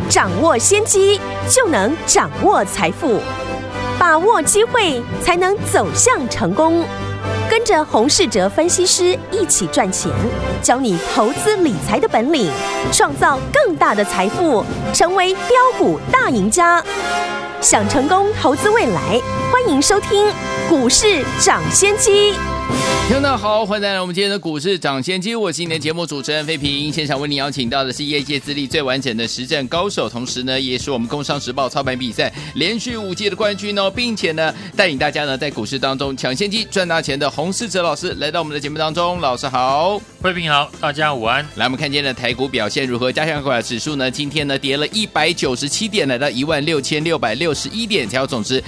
掌握先机，就能掌握财富。把握机会，才能走向成功。跟着洪士哲分析师一起赚钱，教你投资理财的本领，创造更大的财富，成为标股大赢家。想成功投资未来，欢迎收听股市涨先机。 听众们好，欢迎来到我们今天的股市涨先机，我是今天的节目主持人费平。现场为您邀请到的是业界资历最完整的实战高手，同时呢，也是我们工商时报操盘比赛连续5届的冠军哦，并且呢，带领大家呢在股市当中抢先机赚大钱的洪士哲老师来到我们的节目当中。老师好。 费平好，大家午安。 来，我们看今天的台股表现如何？加权股价指数呢，今天呢跌了197点，来到16661点，成交总值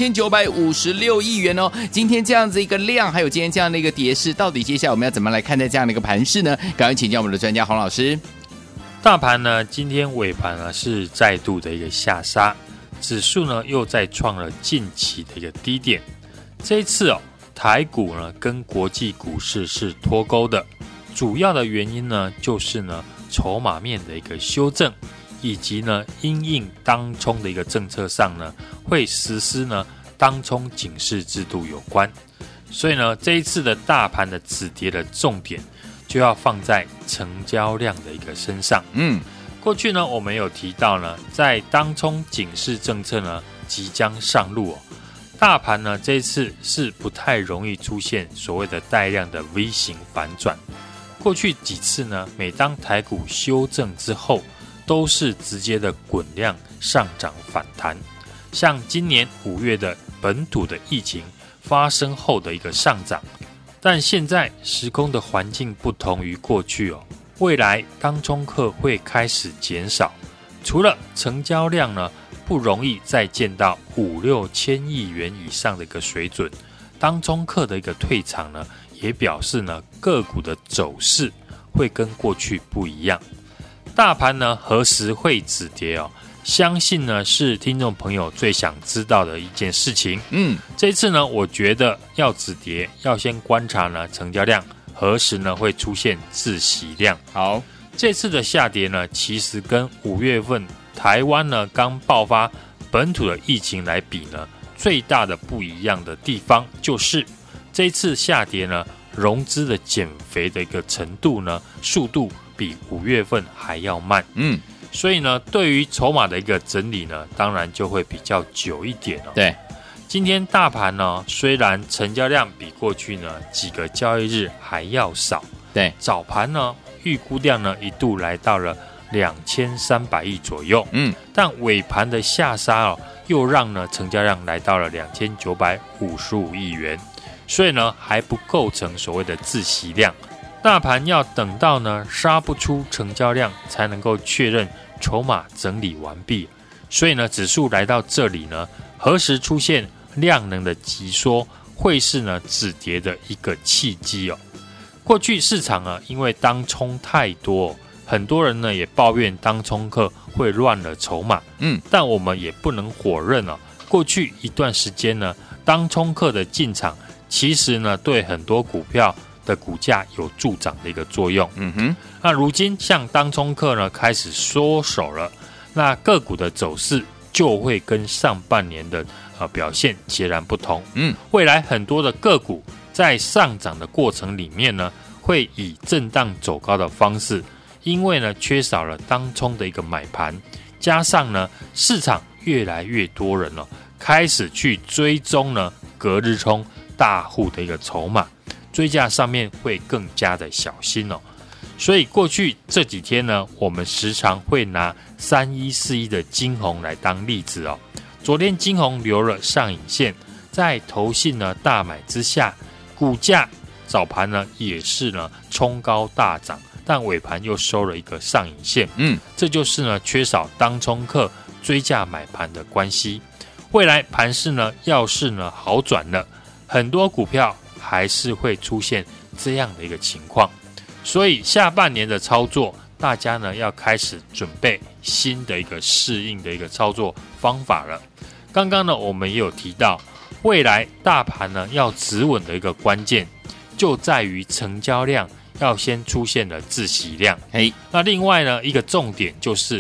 2956亿元哦。今天这样子一个量，还有今天这样的一个跌势，到底接下来我们要怎么来看待这样的一个盘势呢？赶快请教我们的专家洪老师。 大盘呢，今天尾盘呢是再度的一个下杀，指数呢又再创了近期的一个低点。这一次台股呢跟国际股市是脱钩的，主要的原因呢就是呢筹码面的一个修正，以及呢因应当冲的一个政策上呢会实施呢当冲警示制度有关。所以呢，这一次的大盘的止跌的重点就要放在成交量的一个身上。过去呢，我们有提到呢，在当冲警示政策呢即将上路大盘呢这一次是不太容易出现所谓的带量的 V 型反转。过去几次呢，每当台股修正之后，都是直接的滚量上涨反弹。像今年5月的本土的疫情发生后的一个上涨，但现在时空的环境不同于过去未来当冲客会开始减少，除了成交量呢不容易再见到5-6千亿元以上的一个水准，当冲客的一个退场呢，也表示呢个股的走势会跟过去不一样。大盘呢何时会止跌相信呢是听众朋友最想知道的一件事情。这次呢，我觉得要止跌，要先观察呢成交量何时呢会出现窒息量。好，这次的下跌呢，其实跟5月份台湾呢刚爆发本土的疫情来比呢，最大的不一样的地方就是这次下跌呢，融资的减肥的一个程度呢，速度比5月份还要慢。所以呢，对于筹码的一个整理呢，当然就会比较久一点对， 今天大盘呢，虽然成交量比过去呢几个交易日还要少， 对， 早盘呢预估量呢一度来到了2300亿左右，但尾盘的下杀又让呢成交量来到了2955亿元，所以呢还不构成所谓的窒息量。大盘要等到呢杀不出成交量，才能够确认筹码整理完毕。所以呢，指数来到这里呢，何时出现量能的急缩，会是呢止跌的一个契机过去市场因为当冲太多，很多人呢也抱怨当冲客会乱了筹码。但我们也不能否认过去一段时间呢，当冲客的进场，其实呢对很多股票的股价有助长的一个作用。那如今像当冲客呢开始缩手了，那个股的走势就会跟上半年的表现截然不同。未来很多的个股在上涨的过程里面呢，会以震荡走高的方式，因为呢缺少了当冲的一个买盘，加上呢市场越来越多人开始去追踪呢隔日冲大户的一个筹码，追价上面会更加的小心所以过去这几天呢，我们时常会拿3141的金红来当例子昨天金红留了上影线，在投信呢大买之下，股价早盘呢也是呢冲高大涨，但尾盘又收了一个上影线。这就是呢缺少当冲客追价买盘的关系。未来盘势呢要是呢好转了，很多股票还是会出现这样的一个情况。所以下半年的操作，大家呢要开始准备新的一个适应的一个操作方法了。刚刚呢我们也有提到，未来大盘呢要止稳的一个关键，就在于成交量要先出现了窒息量。那另外呢一个重点就是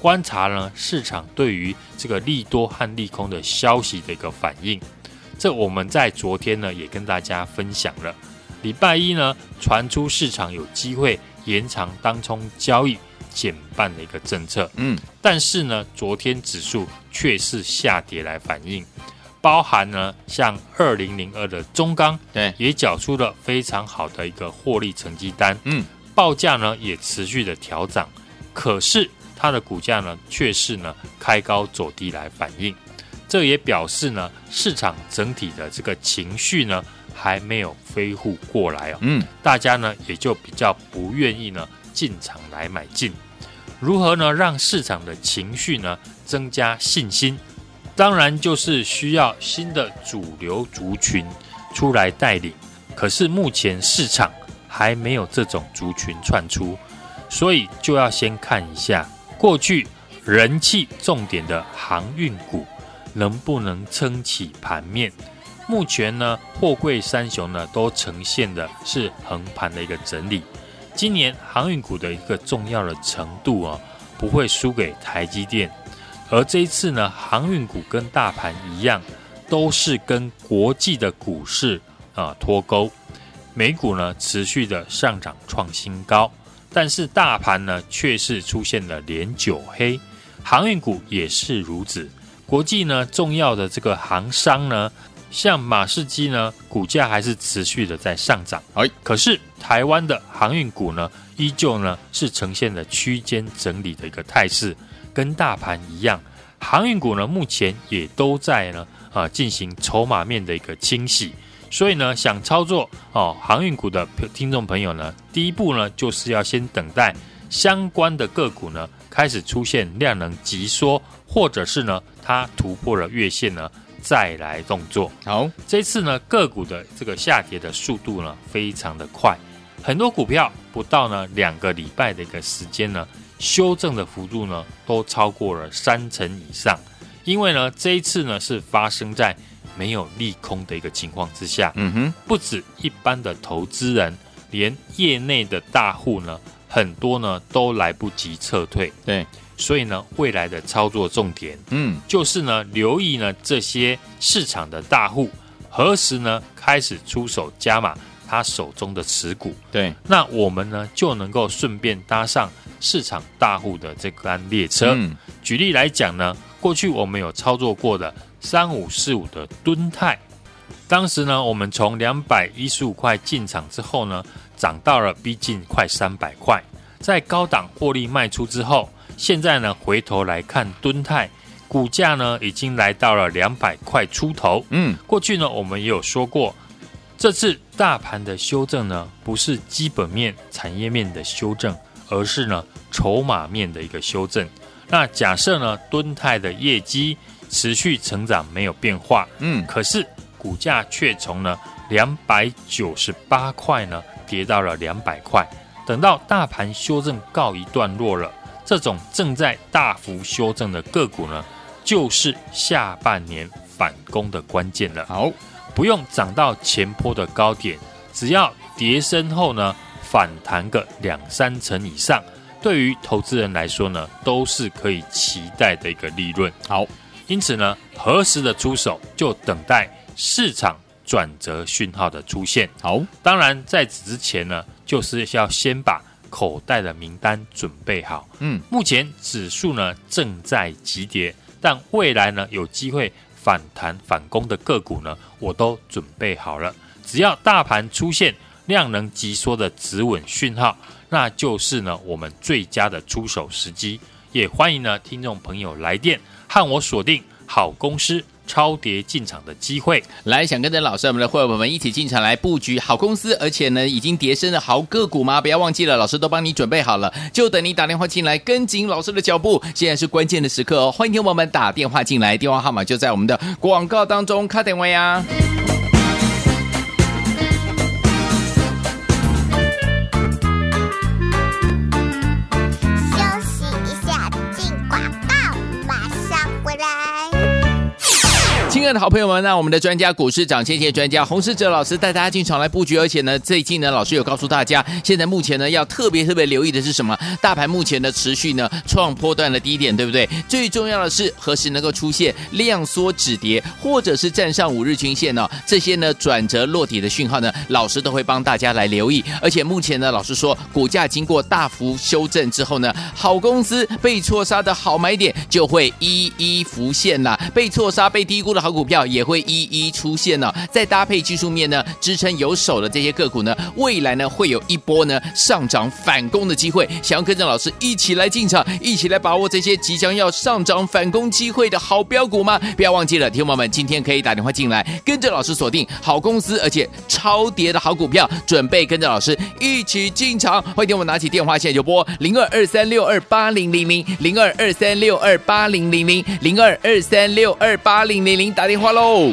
观察呢市场对于这个利多和利空的消息的一个反应。这我们在昨天呢也跟大家分享了，礼拜一呢传出市场有机会延长当冲交易减半的一个政策，但是呢昨天指数却是下跌来反应，包含呢像2002的中钢，对，也缴出了非常好的一个获利成绩单，报价呢也持续的调涨，可是它的股价呢却是呢开高走低来反应，这也表示呢市场整体的这个情绪呢还没有恢复过来哦，大家呢也就比较不愿意呢进场来买进。如何呢让市场的情绪呢增加信心？当然就是需要新的主流族群出来带领，可是目前市场还没有这种族群窜出，所以就要先看一下过去人气重点的航运股能不能撑起盘面。目前呢货柜三雄呢都呈现的是横盘的一个整理，今年航运股的一个重要的程度不会输给台积电，而这一次呢航运股跟大盘一样都是跟国际的股市脱钩，美股呢持续的上涨创新高，但是大盘呢却是出现了连9黑，航运股也是如此。国际呢重要的这个航商呢，像马士基呢股价还是持续的在上涨，可是台湾的航运股呢依旧呢是呈现了区间整理的一个态势，跟大盘一样，航运股呢目前也都在呢进行筹码面的一个清洗，所以呢想操作航运股的听众朋友呢，第一步呢就是要先等待相关的个股呢开始出现量能急缩，或者是呢它突破了月线呢再来动作。好，这次呢个股的这个下跌的速度呢非常的快，很多股票不到呢2个礼拜的一个时间呢，修正的幅度呢都超过了3成以上。因为呢这一次呢是发生在没有利空的一个情况之下，不止一般的投资人，连业内的大户呢很多呢都来不及撤退。对，所以呢未来的操作重点就是呢留意呢这些市场的大户何时呢开始出手加码他手中的持股。对，那我们呢就能够顺便搭上市场大户的这班列车。举例来讲呢，过去我们有操作过的3545的敦泰，当时呢我们从215块进场之后呢，涨到了逼近快300块，在高档获利卖出之后，现在呢回头来看敦泰股价呢已经来到了200块出头。过去呢我们也有说过，这次大盘的修正呢不是基本面产业面的修正，而是呢筹码面的一个修正。那假设呢敦泰的业绩持续成长没有变化，可是股价却从呢298块呢跌到了200块，等到大盘修正告一段落了，这种正在大幅修正的个股呢，就是下半年反攻的关键了。好，不用涨到前波的高点，只要跌升后呢反弹个2-3成以上，对于投资人来说呢都是可以期待的一个利润。好，因此呢何时的出手，就等待市场转折讯号的出现。好，当然在此之前呢，就是要先把口袋的名单准备好。目前指数呢正在急跌，但未来呢有机会反弹反攻的个股呢，我都准备好了。只要大盘出现量能急缩的止稳讯号，那就是呢我们最佳的出手时机。也欢迎呢听众朋友来电和我锁定好公司超跌进场的机会。 来，想跟着老师我们的会员们一起进场来布局好公司，而且呢已经跌升的好个股吗？不要忘记了，老师都帮你准备好了，就等你打电话进来跟紧老师的脚步。现在是关键的时刻哦，欢迎听我们打电话进来，电话号码就在我们的广告当中，卡电话呀。 亲爱的好朋友们，那我们的专家股市涨先见专家洪士哲老师带大家进场来布局，而且呢，最近呢，老师有告诉大家，现在目前呢要特别留意的是什么？大盘目前的持续呢创波段的低点，对不对？最重要的是何时能够出现量缩止跌，或者是站上5日均线呢？这些呢转折落底的讯号呢，老师都会帮大家来留意。而且目前呢，老师说股价经过大幅修正之后呢，好公司被错杀的好买点就会一一浮现啦，被错杀、被低估的好股票也会一一出现了。再搭配技术面呢支撑有手的这些个股呢，未来呢会有一波呢上涨反攻的机会。想要跟着老师一起来进场，一起来把握这些即将要上涨反攻机会的好标股吗？不要忘记了，听众朋友们，今天可以打电话进来，跟着老师锁定好公司而且超跌的好股票，准备跟着老师一起进场。欢迎我们拿起电话现在就拨0223628000，0223628000，0223628000，打电话喽。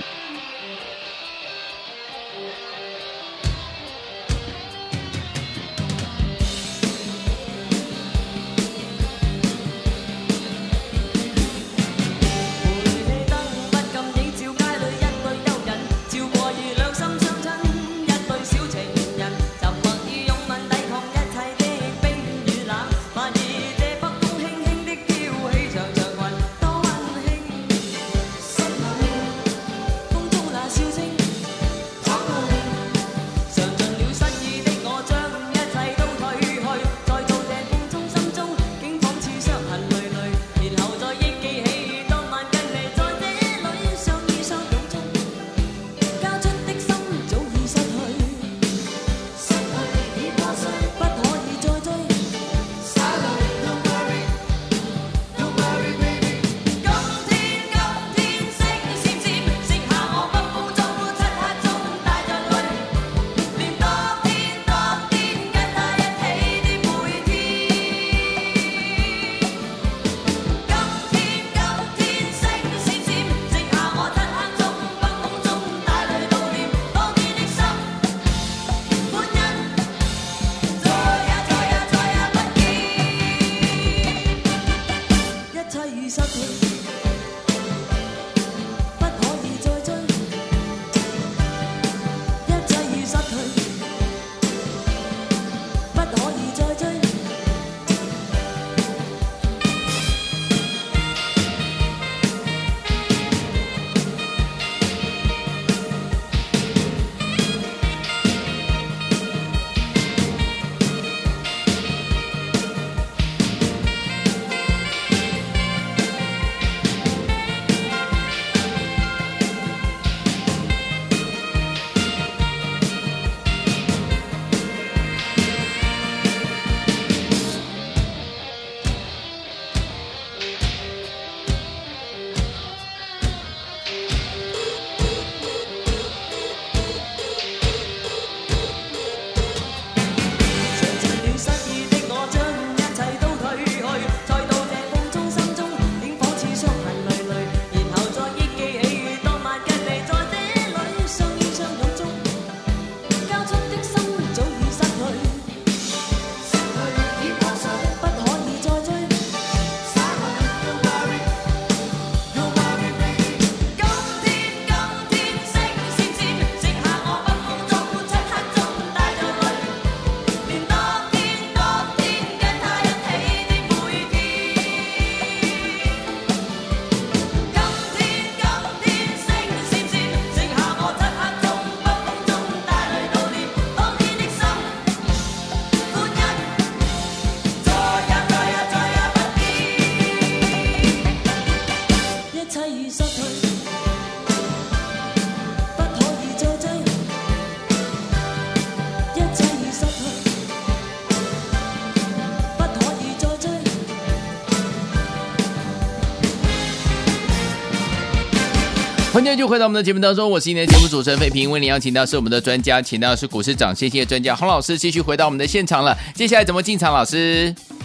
欢迎就回到我们的节目当中，我是今天的节目主持人费平，为您邀请到是我们的专家，请到的是股市涨先机的专家洪老师，继续回到我们的现场了。接下来怎么进场？老师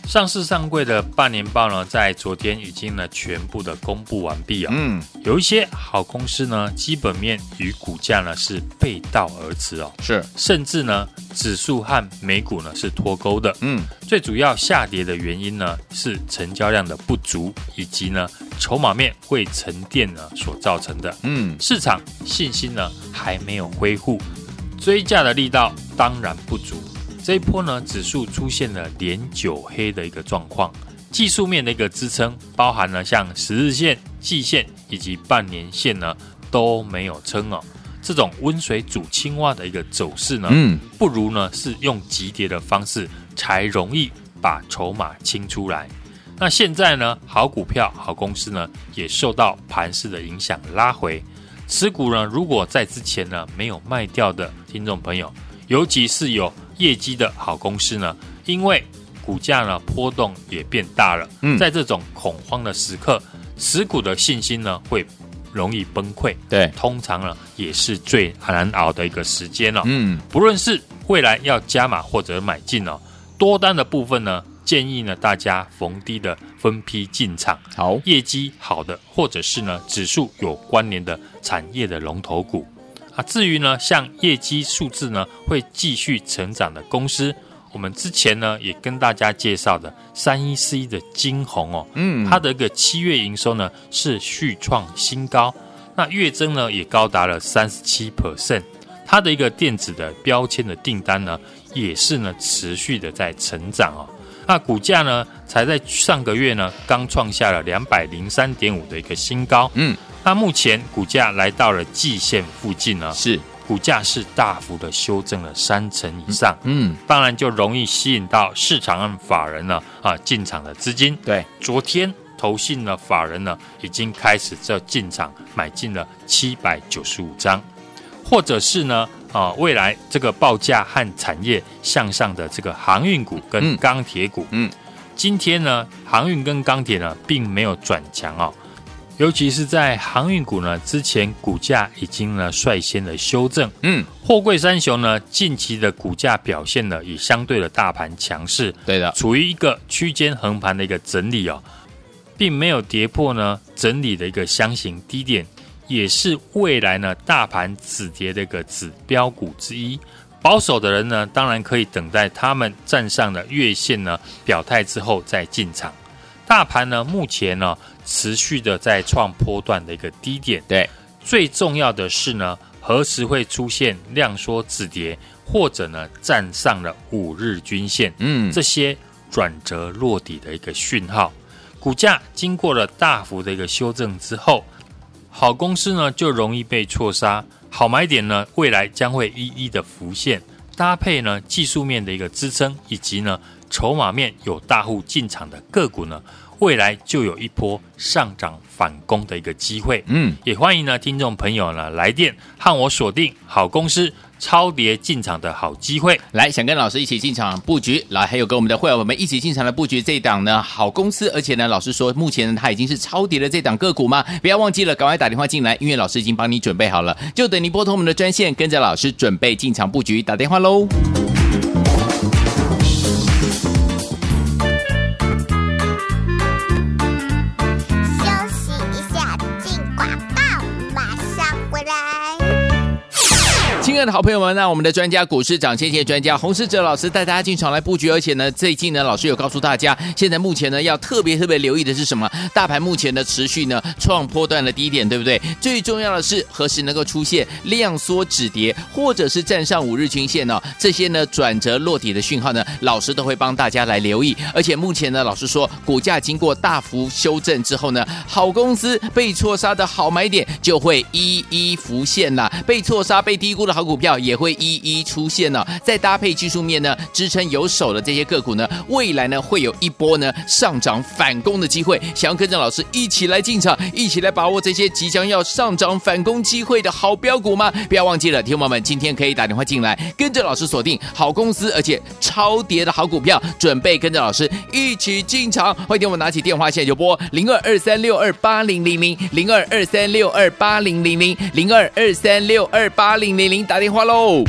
上市上柜的半年报呢，在昨天已经呢全部的公布完毕啊。有一些好公司呢，基本面与股价呢是背道而驰哦， 是， 甚至呢指数和美股呢是脱钩的。最主要下跌的原因呢是成交量的不足，以及呢筹码面未沉淀呢所造成的。市场信心呢还没有恢复，追价的力道当然不足。这一波呢，指数出现了连9黑的一个状况，技术面的一个支撑，包含了像10日线、季线以及半年线呢都没有撑哦。这种温水煮青蛙的一个走势呢，不如呢是用急跌的方式才容易把筹码清出来。那现在呢，好股票、好公司呢也受到盘势的影响拉回，持股呢如果在之前呢没有卖掉的听众朋友，尤其是有业绩的好公司呢，因为股价呢波动也变大了，在这种恐慌的时刻，持股的信心呢会容易崩溃， 对， 通常呢也是最难熬的一个时间了。不论是未来要加码或者买进哦，多单的部分呢，建议呢大家逢低的分批进场， 好， 业绩好的或者是呢指数有关联的产业的龙头股。至于呢，像业绩数字呢会继续成长的公司，我们之前呢也跟大家介绍的3141的金鸿哦，它的一个7月营收呢是续创新高，那月增呢也高达了37%，它的一个电子的标签的订单呢也是呢持续的在成长哦。那股价呢才在上个月呢刚创下了203.5的一个新高，那目前股价来到了季线附近呢，是股价是大幅的修正了30%以上，当然就容易吸引到市场和法人呢进场的资金。对，昨天投信的法人呢已经开始在进场买进了795张，或者是呢未来这个报价和产业向上的这个航运股跟钢铁股，今天呢航运跟钢铁呢并没有转强哦。尤其是在航运股呢，之前股价已经呢率先的修正，货柜三雄呢近期的股价表现呢也相对的大盘强势，对的，处于一个区间横盘的一个整理哦，并没有跌破呢整理的一个箱型低点，也是未来呢大盘止跌的一个指标股之一。保守的人呢，当然可以等待他们站上了月线呢表态之后再进场。大盘呢目前呢持续的在创波段的一个低点，对，最重要的是呢何时会出现量缩止跌，或者呢站上了5日均线，这些转折落底的一个讯号。股价经过了大幅的一个修正之后，好公司呢就容易被错杀，好买点呢未来将会一一的浮现，搭配呢技术面的一个支撑，以及呢筹码面有大户进场的个股呢，未来就有一波上涨反攻的一个机会。也欢迎呢听众朋友呢来电和我锁定好公司超跌进场的好机会。 来，想跟老师一起进场布局，来还有跟我们的会员们一起进场来布局这一档呢好公司，而且呢老师说目前呢它已经是超跌的这档个股吗？不要忘记了，赶快打电话进来，因为老师已经帮你准备好了，就等你拨通我们的专线，跟着老师准备进场布局，打电话咯。亲爱的好朋友们，那我们的专家股市涨先见专家洪士哲老师带大家进场来布局，而且呢最近呢老师有告诉大家，现在目前呢要特别留意的是什么？大盘目前呢持续呢创波段的低点，对不对？最重要的是何时能够出现量缩止跌，或者是站上5日均线哦，这些呢转折落底的讯号呢，老师都会帮大家来留意。而且目前呢老师说，股价经过大幅修正之后呢，好公司被错杀的好买点就会一一浮现啦，被错杀被低估的好股票也会一一出现了，再搭配技术面呢支撑有手的这些个股呢，未来呢会有一波呢上涨反攻的机会。想要跟着老师一起来进场，一起来把握这些即将要上涨反攻机会的好标股吗？不要忘记了，听众朋友们今天可以打电话进来，跟着老师锁定好公司而且超跌的好股票，准备跟着老师一起进场。欢迎我们拿起电话现在就拨0223628000，0223628000，0223628000，打电话喽。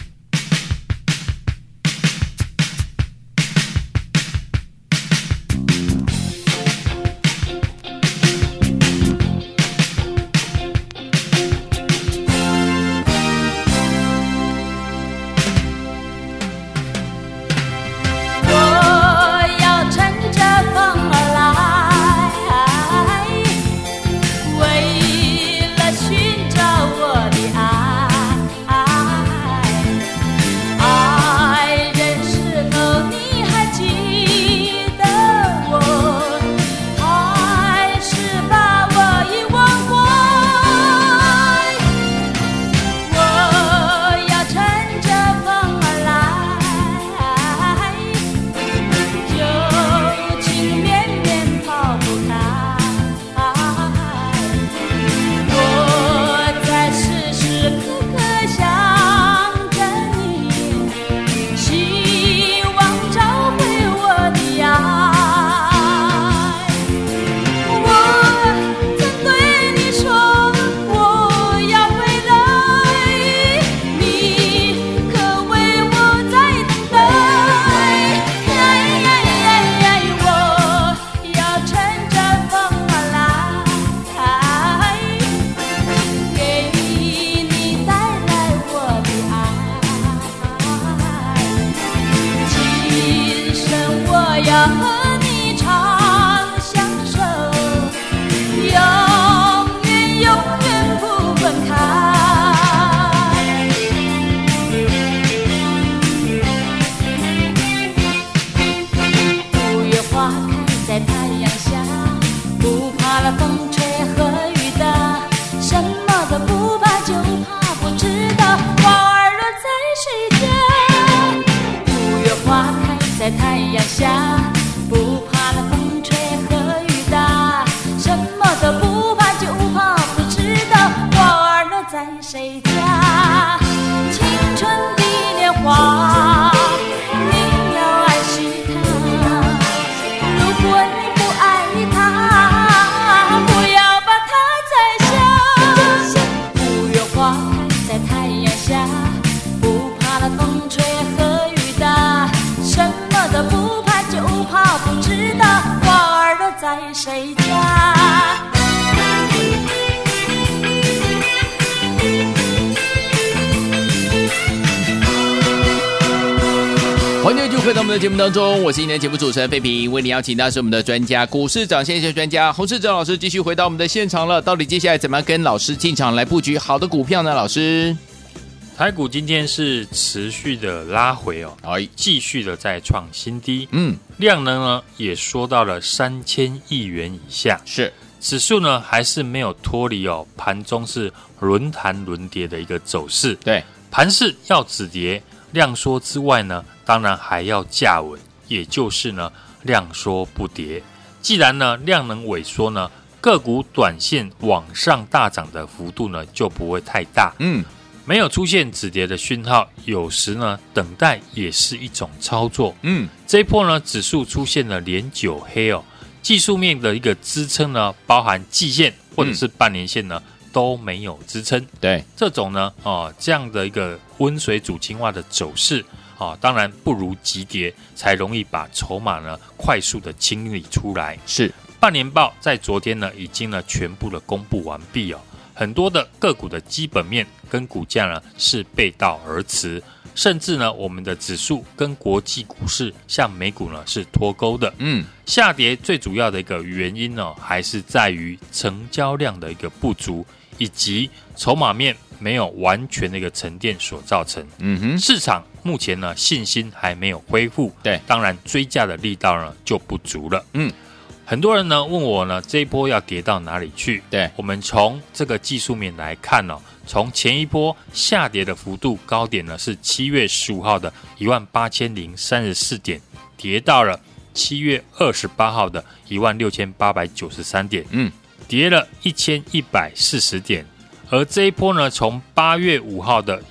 回到我们的节目当中，我是今天的节目主持人费平，为您邀请到是我们的专家股市涨先线专家洪士哲老师，继续回到我们的现场了。到底接下来怎么样跟老师进场来布局好的股票呢？老师， 台股今天是持续的拉回哦，继续的在创新低，量能呢也缩到了3000亿元以下， 是指数呢还是没有脱离哦盘中是轮弹轮跌的一个走势， 对， 盘势要止跌，量缩之外呢，当然还要价稳，也就是呢量缩不跌。既然呢量能萎缩呢，个股短线往上大涨的幅度呢就不会太大，没有出现止跌的讯号，有时呢等待也是一种操作，这一波呢指数出现了连9黑哦，技术面的一个支撑呢，包含季线或者是半年线呢。都没有支撑， 对这种呢，这样的一个温水煮青蛙的走势，当然不如急跌，才容易把筹码呢快速的清理出来。 是半年报在昨天呢已经呢全部的公布完毕哦，很多的个股的基本面跟股价呢是背道而驰，甚至呢我们的指数跟国际股市像美股呢是脱钩的，下跌最主要的一个原因呢还是在于成交量的一个不足。以及筹码面没有完全的一个沉淀所造成，市场目前呢信心还没有恢复， 对， 当然追价的力道呢就不足了，很多人呢问我呢这一波要跌到哪里去？ 对， 我们从这个技术面来看哦，从前一波下跌的幅度高点呢是7月15号的18034点，跌到了7月28号的16893点，跌了1140点，而这一波呢，从8月5号的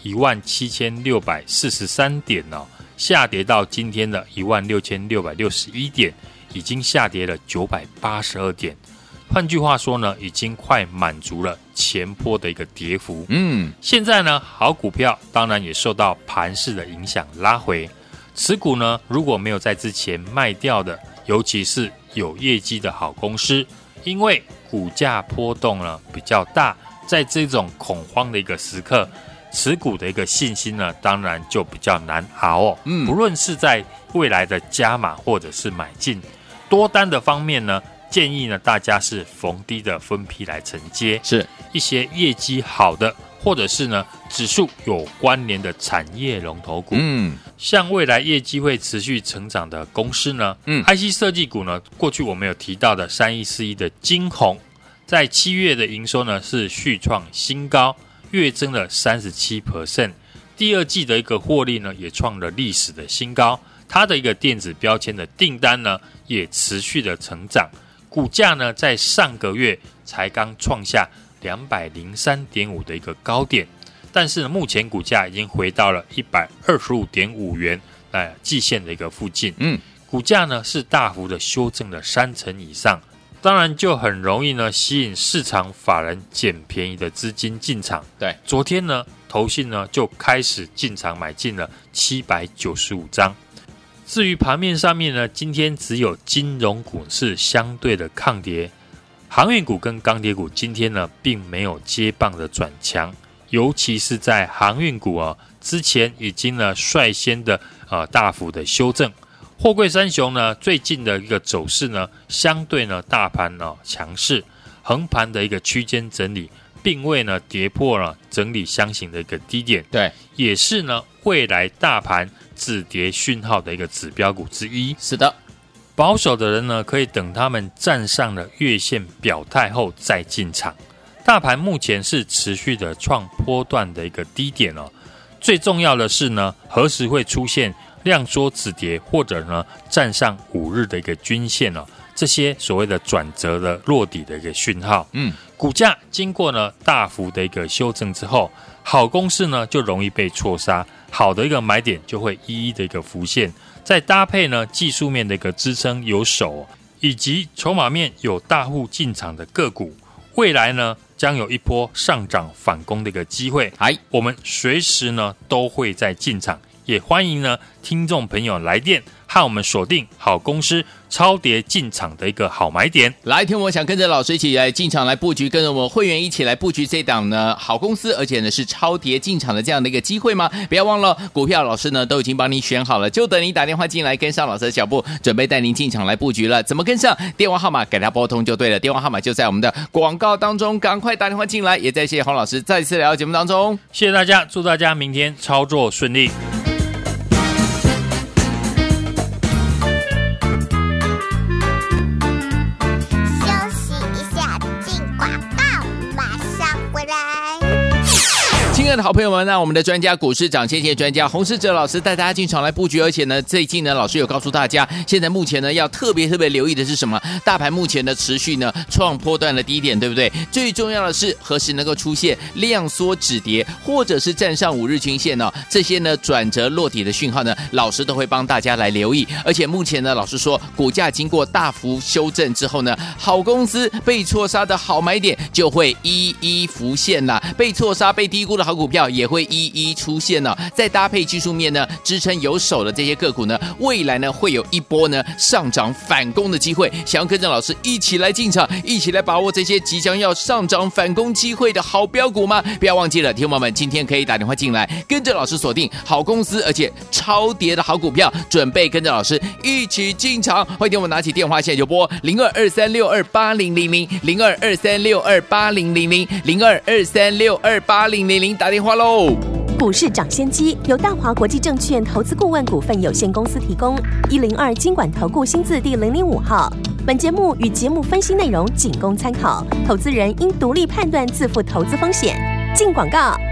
17643点哦，下跌到今天的16661点，已经下跌了982点。换句话说呢，已经快满足了前波的一个跌幅。现在呢，好股票当然也受到盘势的影响拉回。持股呢，如果没有在之前卖掉的，尤其是有业绩的好公司，因为股价波动呢比较大，在这种恐慌的一个时刻，持股的一个信心呢，当然就比较难熬哦。不论是在未来的加码或者是买进，多单的方面呢，建议呢大家是逢低的分批来承接， 是一些业绩好的，或者是呢指数有关联的产业龙头股，像未来业绩会持续成长的公司呢，IC 设计股呢，过去我们有提到的3141的晶宏，在7月的营收呢是续创新高，月增了37%，第二季的一个获利呢也创了历史的新高，它的一个电子标签的订单呢也持续的成长，股价呢在上个月才刚创下203.5的一个高点，但是呢目前股价已经回到了125.5元季线的一个附近，股价呢是大幅的修正了30%以上，当然就很容易呢吸引市场法人捡便宜的资金进场。 对， 昨天呢投信呢就开始进场买进了795张。至于盘面上面呢，今天只有金融股是相对的抗跌，航运股跟钢铁股今天呢并没有接棒的转强，尤其是在航运股之前已经呢率先的大幅的修正。货柜三雄呢最近的一个走势呢，相对呢大盘强势，横盘的一个区间整理，并未呢跌破了整理箱型的一个低点， 对， 也是呢未来大盘止跌讯号的一个指标股之一。 是的， 保守的人呢可以等他们站上了月线表态后再进场。大盘目前是持续的创波段的一个低点哦，最重要的是呢，何时会出现量缩止跌，或者呢站上5日的一个均线哦，这些所谓的转折的落底的一个讯号。股价经过呢大幅的一个修正之后，好公司呢就容易被错杀，好的一个买点就会一一的一个浮现，再搭配呢技术面的一个支撑有手，以及筹码面有大户进场的个股，未来呢将有一波上涨反攻的一个机会，我们随时呢都会在进场， 也欢迎呢听众朋友来电和我们锁定好公司超跌进场的一个好买点。 来听我想跟着老师一起来进场来布局，跟着我们会员一起来布局这档呢好公司，而且呢是超跌进场的这样的一个机会吗？不要忘了，股票老师呢都已经帮你选好了，就等你打电话进来跟上老师的脚步，准备带您进场来布局了。怎么跟上？电话号码给他拨通就对了，电话号码就在我们的广告当中，赶快打电话进来。也再谢谢洪老师再次来到节目当中， 谢谢大家，祝大家明天操作顺利。 亲爱的好朋友们，那我们的专家股市涨先见专家洪士哲老师带大家进场来布局，而且呢最近呢老师有告诉大家，现在目前呢要特别留意的是什么？大盘目前的持续呢创波段的低点，对不对？最重要的是何时能够出现量缩止跌，或者是站上5日均线呢？这些呢转折落底的讯号呢，老师都会帮大家来留意。而且目前呢老师说，股价经过大幅修正之后呢，好公司被错杀的好买点就会一一浮现啦，被错杀被低估的好股票也会一一出现了。再搭配技术面呢支撑有手的这些个股呢，未来呢会有一波呢上涨反攻的机会。想要跟着老师一起来进场，一起来把握这些即将要上涨反攻机会的好标股吗？不要忘记了，听众朋友们今天可以打电话进来，跟着老师锁定好公司而且超跌的好股票，准备跟着老师一起进场。欢迎我们拿起电话现在就拨0223628000，0223628000，0223628000，打电话喽。 股市涨先机由大华国际证券投资顾问股份有限公司提供，102金管投顾新字第005号。本节目与节目分析内容仅供参考，投资人应独立判断，自负投资风险。进广告。